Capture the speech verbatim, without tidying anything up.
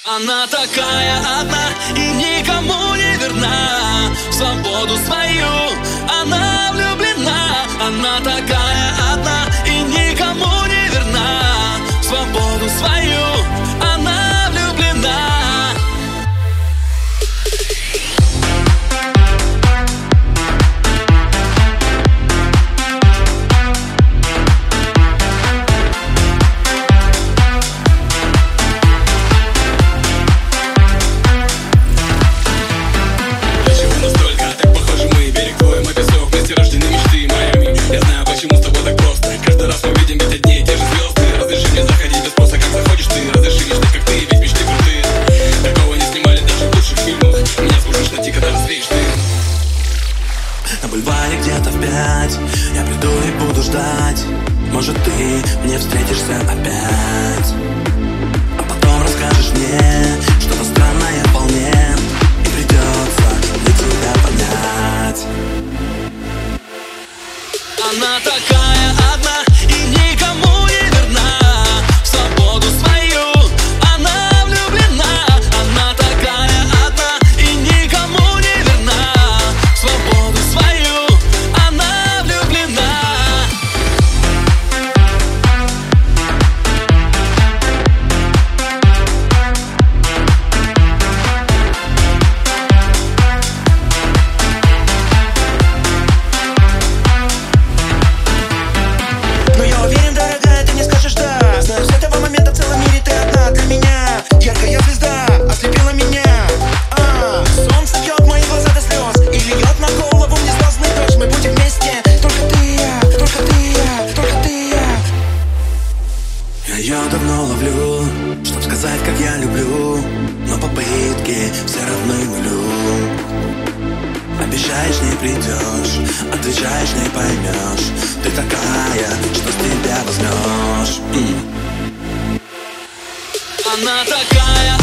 Она такая одна и никому не верна. В свободу свою она влюблена. Она такая одна и никому не верна. В свободу свою она влюблена. На бульваре где-то в пять я приду и буду ждать. Может, ты мне встретишься опять, а потом расскажешь мне что-то странное вполне, и придется мне тебя понять. Она такая одна и никому не верна. В свободу свою она влюблена. Она такая одна и никому не верна. В свободу свою она влюблена. Но я уверен, дорогая, ты не скажешь да. Знаю, с этого момента в целом мире ты одна для меня. Яркая звезда ослепила меня. а, Солнце льет мои глаза до слез и льет на голову мне звездный дождь. Мы будем вместе, только ты и я, только ты и я, только ты и я. Я ее давно ловлю, чтоб сказать, как я люблю, но попытки все равны нулю. Обещаешь, не придешь, отвечаешь, не поймешь. Ты такая, что с тебя возьмешь. М. Она такая